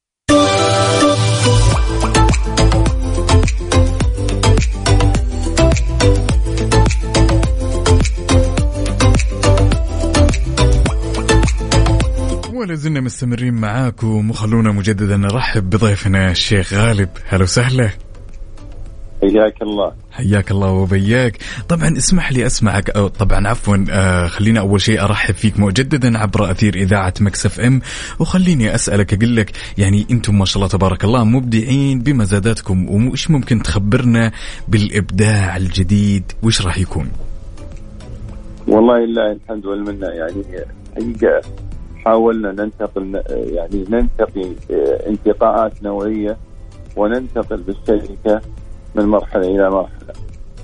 ولا زلنا مستمرين معاكم، وخلونا مجددا نرحب بضيفنا الشيخ غالب. هلا وسهلا. حياك الله. حياك الله وبياك. طبعا اسمح لي أسمعك، أو طبعا عفوا آه خلينا أول شيء أرحب فيك مجددا عبر أثير إذاعة مكس اف ام، وخليني أسألك أقول لك يعني أنتم ما شاء الله تبارك الله مبدعين بمزاداتكم، وإيش ممكن تخبرنا بالإبداع الجديد وإيش راح يكون؟ والله إلا الحمد والمنة يعني حقيقة حاولنا ننتقل يعني ننتقي انتقاءات نوعية وننتقل بالشركة من مرحلة إلى مرحلة.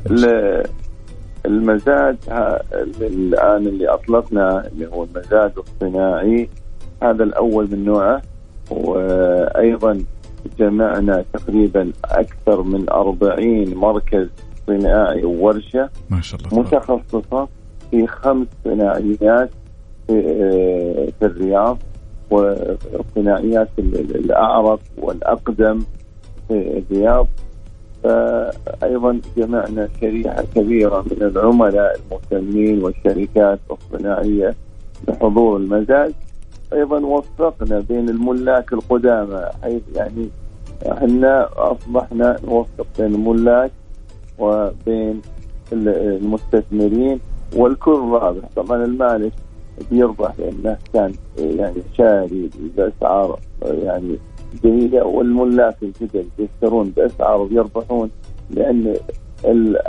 المزاد الآن اللي أطلقنا اللي هو المزاد الصناعي هذا الأول من نوعه، وأيضا جمعنا تقريبا أكثر من أربعين مركز صناعي وورشة ما شاء الله متخصصة في خمس صناعيات في الرياض، والصناعيات الأعرق والأقدم في الرياض. فأيضا جمعنا شريحة كبيرة من العملاء المهتمين والشركات الصناعية بحضور المزاد. أيضا وفقنا بين الملاك القدامى، حيث يعني احنا أصبحنا نوفق بين الملاك وبين المستثمرين والكل رابح. طبعا المالك بيربح لأنه كان يعني شاري بأسعار يعني جيدة، والملاك الجدد يشترون بأسعار ويربحون لأن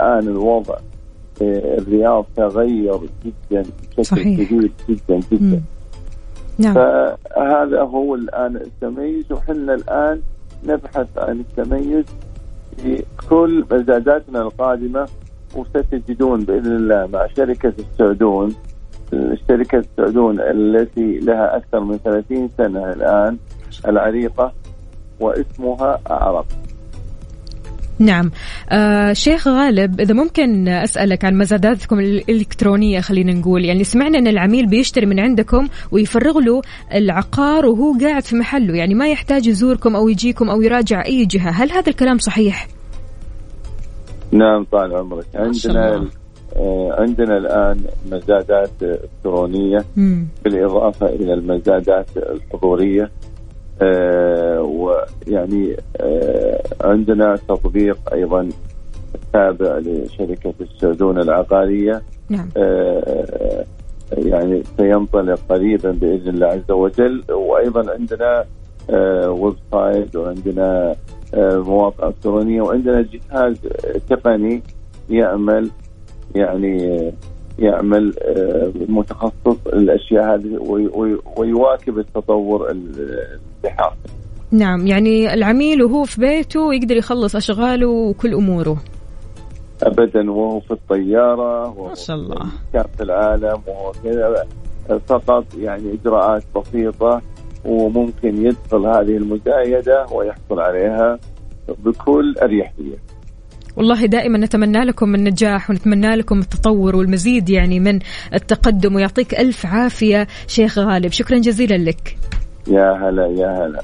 الآن الوضع الرياض تغير جدا بشكل كبير جدا جدا. نعم. فهذا هو الآن التميز، وحنا الآن نبحث عن التميز في كل مزاداتنا القادمة، وستجدون بإذن الله مع شركة السعدون، الشركة السعدون التي لها أكثر من ثلاثين سنة الآن العريقة، واسمها أعرب. نعم. آه شيخ غالب، إذا ممكن أسألك عن مزاداتكم الإلكترونية، خلينا نقول يعني سمعنا أن العميل بيشتري من عندكم ويفرغ له العقار وهو قاعد في محله، يعني ما يحتاج يزوركم أو يجيكم أو يراجع أي جهة، هل هذا الكلام صحيح؟ نعم طال عمرك. عندنا آه عندنا الآن مزادات إلكترونية مم. بالإضافة إلى المزادات الحضورية. آه ويعني آه عندنا تطبيق أيضا تابع لشركة السعدون العقارية. نعم. آه يعني سينطلق قريبا بإذن الله عز وجل. وأيضا عندنا آه ويب سايت، وعندنا آه مواقع إلكترونية، وعندنا جهاز تقني يعمل يعني يعمل متخصص الأشياء هذه ويواكب التطور الحاصل. نعم، يعني العميل وهو في بيته يقدر يخلص أشغاله وكل أموره أبدا، وهو في الطيارة، ما شاء الله كان في العالم، وهو كذا فقط يعني إجراءات بسيطة، وممكن يدخل هذه المزايدة ويحصل عليها بكل أريحية. والله دائما نتمنى لكم النجاح ونتمنى لكم التطور والمزيد يعني من التقدم، ويعطيك ألف عافية شيخ غالب، شكرا جزيلا لك. يا هلا يا هلا.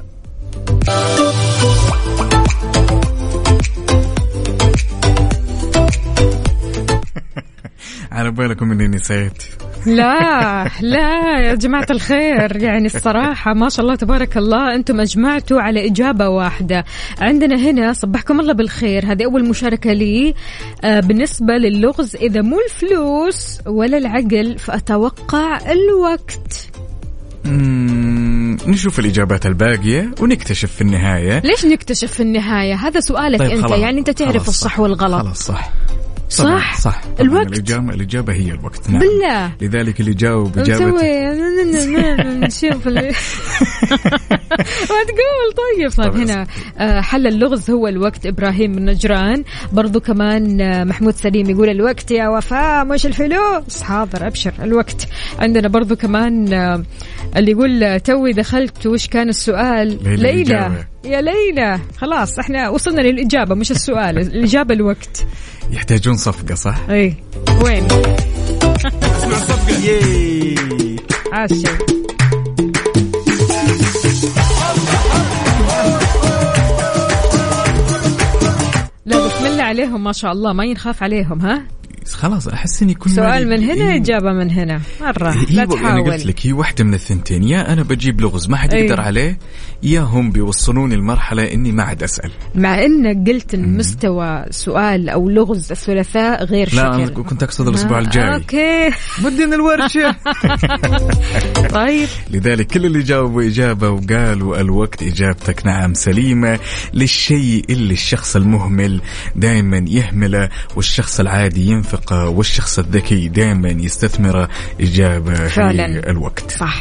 على بالكم اني نسيت. لا لا يا جماعة الخير، يعني الصراحة ما شاء الله تبارك الله أنتم أجمعتوا على إجابة واحدة. عندنا هنا صبحكم الله بالخير، هذه أول مشاركة لي. آه بالنسبة للغز، إذا مو الفلوس ولا العقل فأتوقع الوقت. مم... نشوف الإجابات الباقية ونكتشف في النهاية. ليش نكتشف في النهاية؟ هذا سؤالك. طيب أنت يعني أنت تعرف الصح والغلط. خلاص صح صح صح. الوقت. الإجابة الإجابة هي الوقت. نعم. بالله. لذلك اللي جاوب إجابة نشوف ما تقول. طيب صار هنا حل اللغز هو الوقت. إبراهيم من نجران برضو كمان. محمود سليم يقول الوقت يا وفاء مش الفلوس. حاضر أبشر الوقت. عندنا برضو كمان اللي يقول توي دخلت وش كان السؤال. ليلى يا ليلى خلاص احنا وصلنا للإجابة مش السؤال. الإجابة الوقت. يحتاجون صفقة صح؟ اي وين؟ اسمع صفقة. ياي عاشي. لا بسم الله عليهم ما شاء الله، ما ينخاف عليهم. ها خلاص أحس إني كل سؤال من هنا إيه إجابة من هنا مرة. لا تحاول. أنا قلت لك هي واحدة من الثنتين، يا أنا بجيب لغز ما حد يقدر أيه. عليه، يا هم بيوصلوني المرحلة إني ما عاد أسأل. مع إنك قلت إن مستوى سؤال أو لغز الثلاثاء غير شكل. لا أنا كنت أقصد الأسبوع الجاي. أوكي بدي من الورشة. طيب لذلك كل اللي جاوبوا إجابة وقالوا الوقت إجابتك نعم سليمة. للشيء اللي الشخص المهمل دائما يهمله والشخص العادي ينفقه والشخص الذكي دائما يستثمره. إجابة فعلا هي الوقت. صح.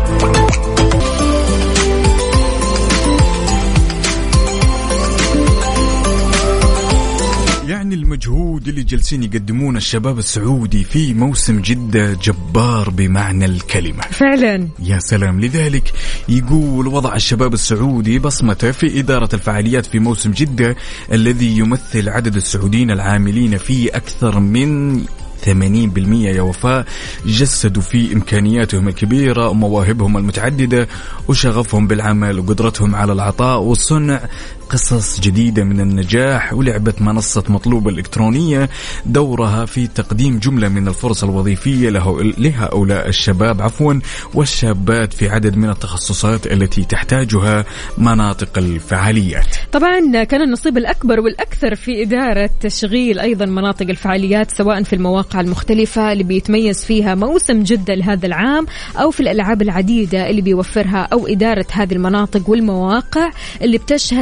يعني المجهود اللي جالسين يقدمونه الشباب السعودي في موسم جدة جبار بمعنى الكلمة فعلا. يا سلام. لذلك يقول وضع الشباب السعودي بصمته في إدارة الفعاليات في موسم جدة الذي يمثل عدد السعوديين العاملين فيه أكثر من ثمانين بالمئة يا وفاء. جسدوا في إمكانياتهم الكبيرة ومواهبهم المتعددة وشغفهم بالعمل وقدرتهم على العطاء وصنع قصص جديدة من النجاح. ولعبة منصة مطلوب الإلكترونية دورها في تقديم جملة من الفرص الوظيفية له لهؤلاء الشباب عفوا والشابات في عدد من التخصصات التي تحتاجها مناطق الفعاليات. طبعا كان النصيب الأكبر والأكثر في إدارة تشغيل أيضا مناطق الفعاليات سواء في المواقع المختلفة اللي بيتميز فيها موسم جدة لهذا العام أو في الألعاب العديدة اللي بيوفرها أو إدارة هذه المناطق والمواقع اللي بتشهد يوم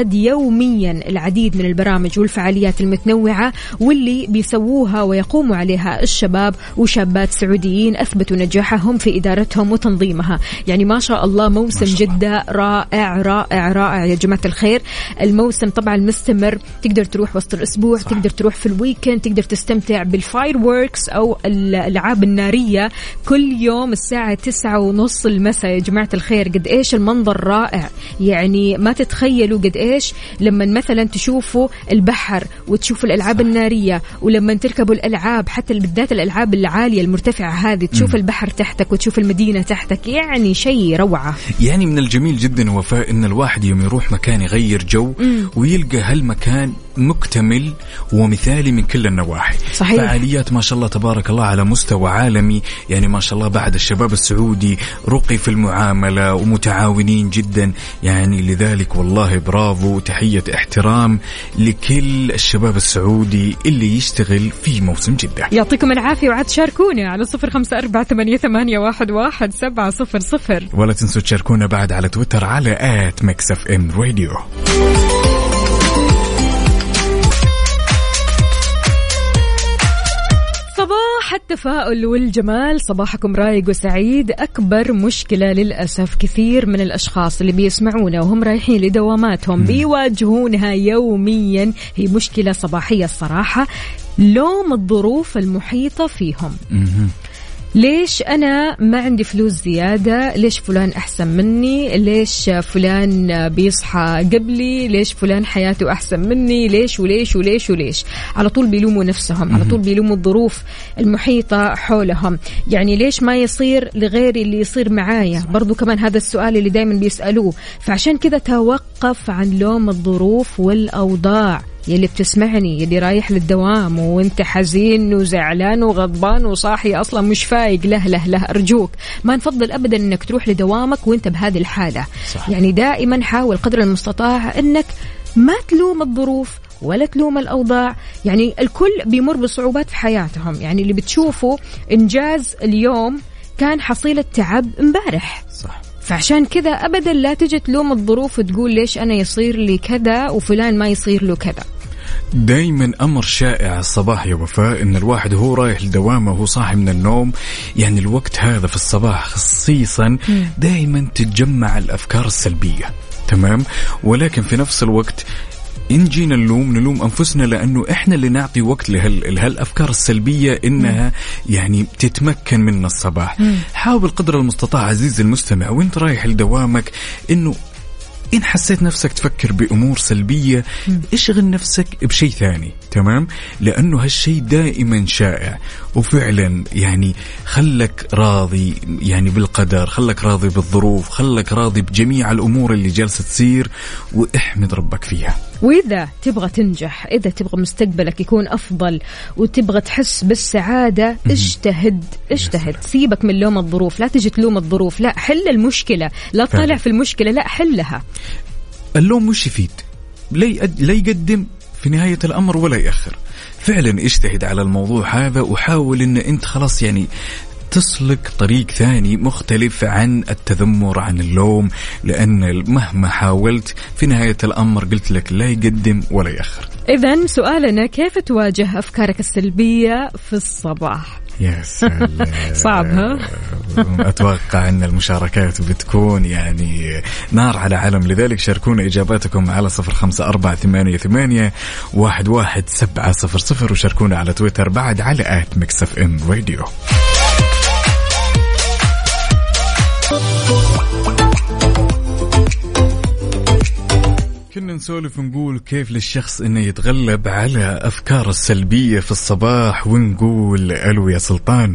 يوميا العديد من البرامج والفعاليات المتنوعة واللي بيسووها ويقوموا عليها الشباب وشابات سعوديين أثبتوا نجاحهم في إدارتهم وتنظيمها. يعني ما شاء الله موسم جدة رائع رائع رائع يا جماعة الخير. الموسم طبعا مستمر، تقدر تروح وسط الأسبوع، صح. تقدر تروح في الويكند، تقدر تستمتع بالفاير ووركس أو الألعاب النارية كل يوم الساعة تسعة ونص المساء. يا جماعة الخير قد إيش المنظر رائع، يعني ما تتخيلوا قد إيش لما مثلا تشوفوا البحر وتشوفوا الألعاب النارية، ولما تركبوا الألعاب حتى بالذات الألعاب العالية المرتفعة هذه تشوف م. البحر تحتك وتشوف المدينة تحتك، يعني شيء روعة. يعني من الجميل جدا وفاء إن الواحد يوم يروح مكان يغير جو م. ويلقى هالمكان مكتمل ومثالي من كل النواحي. صحيح. فعاليات ما شاء الله تبارك الله على مستوى عالمي، يعني ما شاء الله بعد الشباب السعودي رقي في المعاملة ومتعاونين جدا، يعني لذلك والله برافو، تحية احترام لكل الشباب السعودي اللي يشتغل في موسم جدة. يعطيكم العافية، وعد شاركونا على صفر خمسة أربعة ثمانية ثمانية واحد واحد سبعة صفر صفر، ولا تنسوا تشاركونا بعد على تويتر على آت ميكس اف ام راديو. صباح التفاؤل والجمال، صباحكم رايق وسعيد. أكبر مشكلة للأسف كثير من الأشخاص اللي بيسمعونا وهم رايحين لدواماتهم بيواجهونها يوميا هي مشكلة صباحية الصراحة، لوم الظروف المحيطة فيهم. ليش أنا ما عندي فلوس زيادة؟ ليش فلان أحسن مني؟ ليش فلان بيصحى قبلي؟ ليش فلان حياته أحسن مني؟ ليش وليش وليش وليش؟ على طول بيلوموا نفسهم، على طول بيلوموا الظروف المحيطة حولهم. يعني ليش ما يصير لغيري اللي يصير معايا؟ برضو كمان هذا السؤال اللي دايما بيسألوه. فعشان كذا توقف عن لوم الظروف والأوضاع. يلي بتسمعني، يلي رايح للدوام وانت حزين وزعلان وغضبان وصاحي اصلا مش فايق، له له له ارجوك ما نفضل ابدا انك تروح لدوامك وانت بهذه الحالة. صح. يعني دائما حاول قدر المستطاع انك ما تلوم الظروف ولا تلوم الأوضاع. يعني الكل بيمر بصعوبات في حياتهم، يعني اللي بتشوفه إنجاز اليوم كان حصيلة تعب امبارح. صح. فعشان كذا أبدا لا تجي تلوم الظروف وتقول ليش أنا يصير لي كذا وفلان ما يصير له كذا. دايما أمر شائع الصباح يا وفاء إن الواحد هو رايح لدوامه وهو صاحي من النوم، يعني الوقت هذا في الصباح خصيصا دايما تتجمع الأفكار السلبية، تمام؟ ولكن في نفس الوقت إن جينا نلوم نلوم أنفسنا لأنه إحنا اللي نعطي وقت لهال لهالأفكار السلبية إنها م. يعني تتمكن من الصباح. م. حاول قدر المستطاع عزيزي المستمع وإنت رايح لدوامك إنه إن حسيت نفسك تفكر بأمور سلبية م. اشغل نفسك بشيء ثاني، تمام؟ لأنه هالشيء دائما شائع. وفعلا يعني خلك راضي يعني بالقدر، خلك راضي بالظروف، خلك راضي بجميع الأمور اللي جالسة تصير واحمد ربك فيها. وإذا تبغى تنجح، إذا تبغى مستقبلك يكون أفضل وتبغى تحس بالسعادة، اجتهد اجتهد، سيبك من لوم الظروف. لا تجي تلوم الظروف، لا حل المشكلة، لا تطلع في المشكلة، لا حلها. اللوم مش يفيد، لا يقدم في نهاية الأمر ولا يأخر. فعلا اجتهد على الموضوع هذا وحاول ان انت خلاص يعني تسلك طريق ثاني مختلف عن التذمر عن اللوم، لأن مهما حاولت في نهاية الأمر قلت لك لا يقدم ولا يأخر. إذن سؤالنا كيف تواجه أفكارك السلبية في الصباح؟ يا سلام. صعب ها؟ أتوقع أن المشاركات بتكون يعني نار على علم، لذلك شاركونا إجاباتكم على صفر خمسة أربعة ثمانية ثمانية واحد واحد سبعة صفر صفر، وشاركونا على تويتر بعد على آت ميكس اف ام راديو. كنا نسولف ونقول كيف للشخص انه يتغلب على افكار السلبية في الصباح، ونقول الو يا سلطان.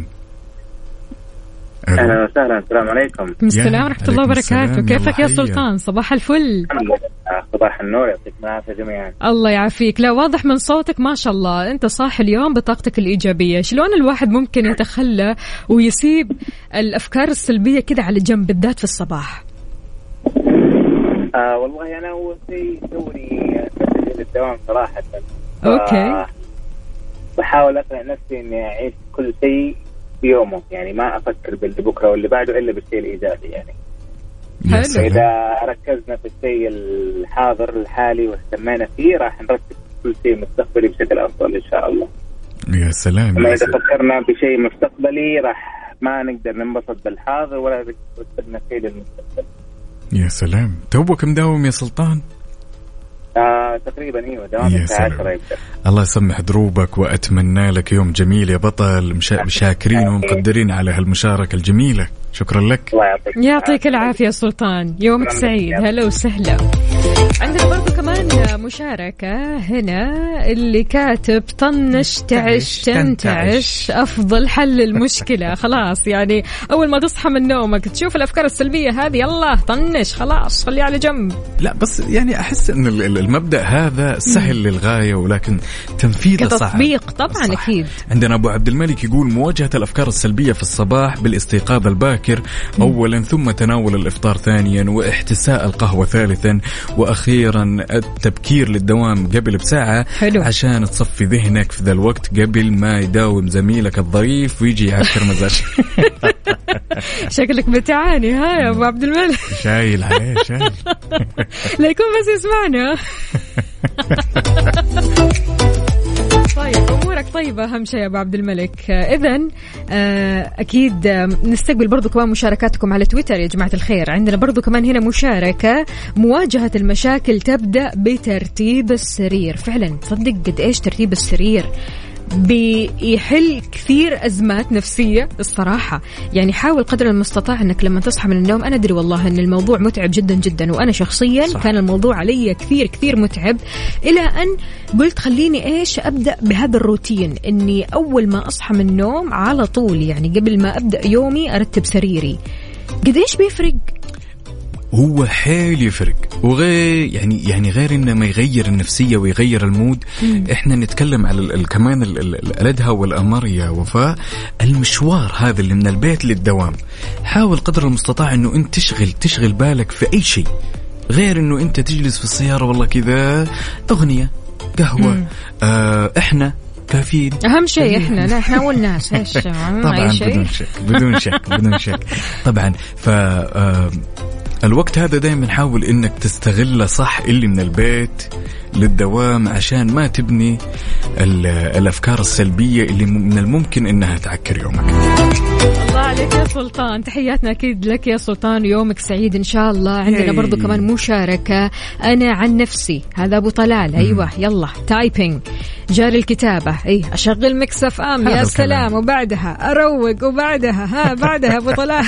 اهلا وسهلا، السلام عليكم. السلام ورحمة الله وبركاته. كيفك يا سلطان؟ صباح الفل. صباح النور، يعطيكم العافية جميعا. الله يعافيك. لا واضح من صوتك ما شاء الله انت صاحي اليوم بطاقتك الإيجابية. شلون الواحد ممكن يتخلى ويسيب الافكار السلبية كده على جنب بالذات في الصباح؟ آه والله أنا أول شيء سوي أسجل الدوام صراحة. أوكي. بحاول أقنع نفسي إني أعيش كل شيء بيومه، يعني ما أفكر باللي بكرة واللي بعده إلا بالشيء الإيجابي يعني. إذا ركزنا في الشيء الحاضر الحالي واهتمينا فيه راح نركز كل شيء مستقبلي بشكل أفضل إن شاء الله. يا سلام. أما إذا فكرنا بشيء مستقبلي راح ما نقدر ننبسط بالحاضر ولا نقدر شيء للمستقبل. يا سلام. توبك مداوم يا سلطان؟ آه تقريبا ايوه دوام الساعة عشرة يبدأ. الله يسمح دروبك وأتمنى لك يوم جميل يا بطل. مشا... شاكرين ومقدرين على هالمشاركة الجميلة. شكرا لك. الله يعطيك يعطيك العافية سلطان. يومك سعيد. هلا وسهلا. عندنا برضو كمان مشاركة هنا اللي كاتب طنش تعش تنتعش أفضل حل المشكلة. خلاص يعني أول ما تصحى من نومك تشوف الأفكار السلبية هذه يلا طنش خلاص خليه على جنب. لا بس يعني أحس أن المبدأ هذا سهل للغاية ولكن تنفيذه صعب. كتطبيق طبعا صح. أكيد. عندنا أبو عبد الملك يقول مواجهة الأفكار السلبية في الصباح بالاستيقاظ الباكر أولا ثم تناول الإفطار ثانيا واحتساء القهوة ثالثا وأخيرا التبكير للدوام قبل بساعة حلو. عشان تصفي ذهنك في ذا الوقت قبل ما يداوم زميلك الظريف ويجي يعكر مزاج. شكلك بتعاني ها يا أبو عبد الملك. شايل عليه شايل. لا يكون بس يسمعنا. طيب أمورك طيبة أهم شيء يا أبو عبد الملك. إذن أكيد نستقبل برضو كمان مشاركاتكم على تويتر يا جماعة الخير. عندنا برضو كمان هنا مشاركة مواجهة المشاكل تبدأ بترتيب السرير. فعلا تصدق قد إيش ترتيب السرير بيحل كثير أزمات نفسية الصراحة. يعني حاول قدر المستطاع أنك لما تصحى من النوم، أنا أدري والله أن الموضوع متعب جدا جدا وأنا شخصيا صح. كان الموضوع علي كثير كثير متعب إلى أن قلت خليني إيش أبدأ بهذا الروتين أني أول ما أصحى من النوم على طول يعني قبل ما أبدأ يومي أرتب سريري. قد إيش بيفرق؟ هو حيل يفرق وغير يعني يعني غير انه ما يغير النفسيه ويغير المود. مم. احنا نتكلم على ال ال كمان الادهى والامر يا وفاء. المشوار هذا اللي من البيت للدوام حاول قدر المستطاع انه انت تشغل تشغل بالك في اي شيء غير انه انت تجلس في السياره والله كذا اغنيه قهوه. آه احنا كافيين أهم شيء إحنا لا إحنا أول ناس إيش طبعا بدون شك بدون شك بدون شك طبعا. ف الوقت هذا دايما نحاول إنك تستغله صح اللي من البيت للدوام عشان ما تبني الأفكار السلبية اللي من الممكن إنها تعكر يومك. الله عليك يا سلطان. تحياتنا أكيد لك يا سلطان. يومك سعيد إن شاء الله. عندنا برضو كمان مشاركة أنا عن نفسي. هذا أبو طلال. أيوة يلا تايبينج جاري الكتابة. أي أشغل مكسف أم يا سلام وبعدها أروق وبعدها ها بعدها أبو طلال.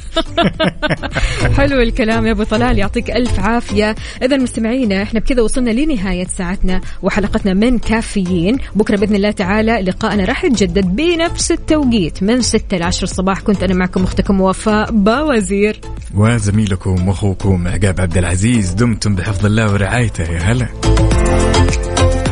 حلو الكلام يا أبو طلال يعطيك ألف عافية. إذا مستمعينا إحنا بكذا وصلنا لنهاية ساعتنا وحلقتنا من كافيين. بكرة بإذن الله تعالى لقاءنا راح يتجدد بنفس التوقيت من ستة لعشر الصباح. كنت أنا معكم أختكم وفاء باوزير وزميلكم وأخوكم عقاب عبد العزيز. دمتم بحفظ الله ورعايته. يا هلا.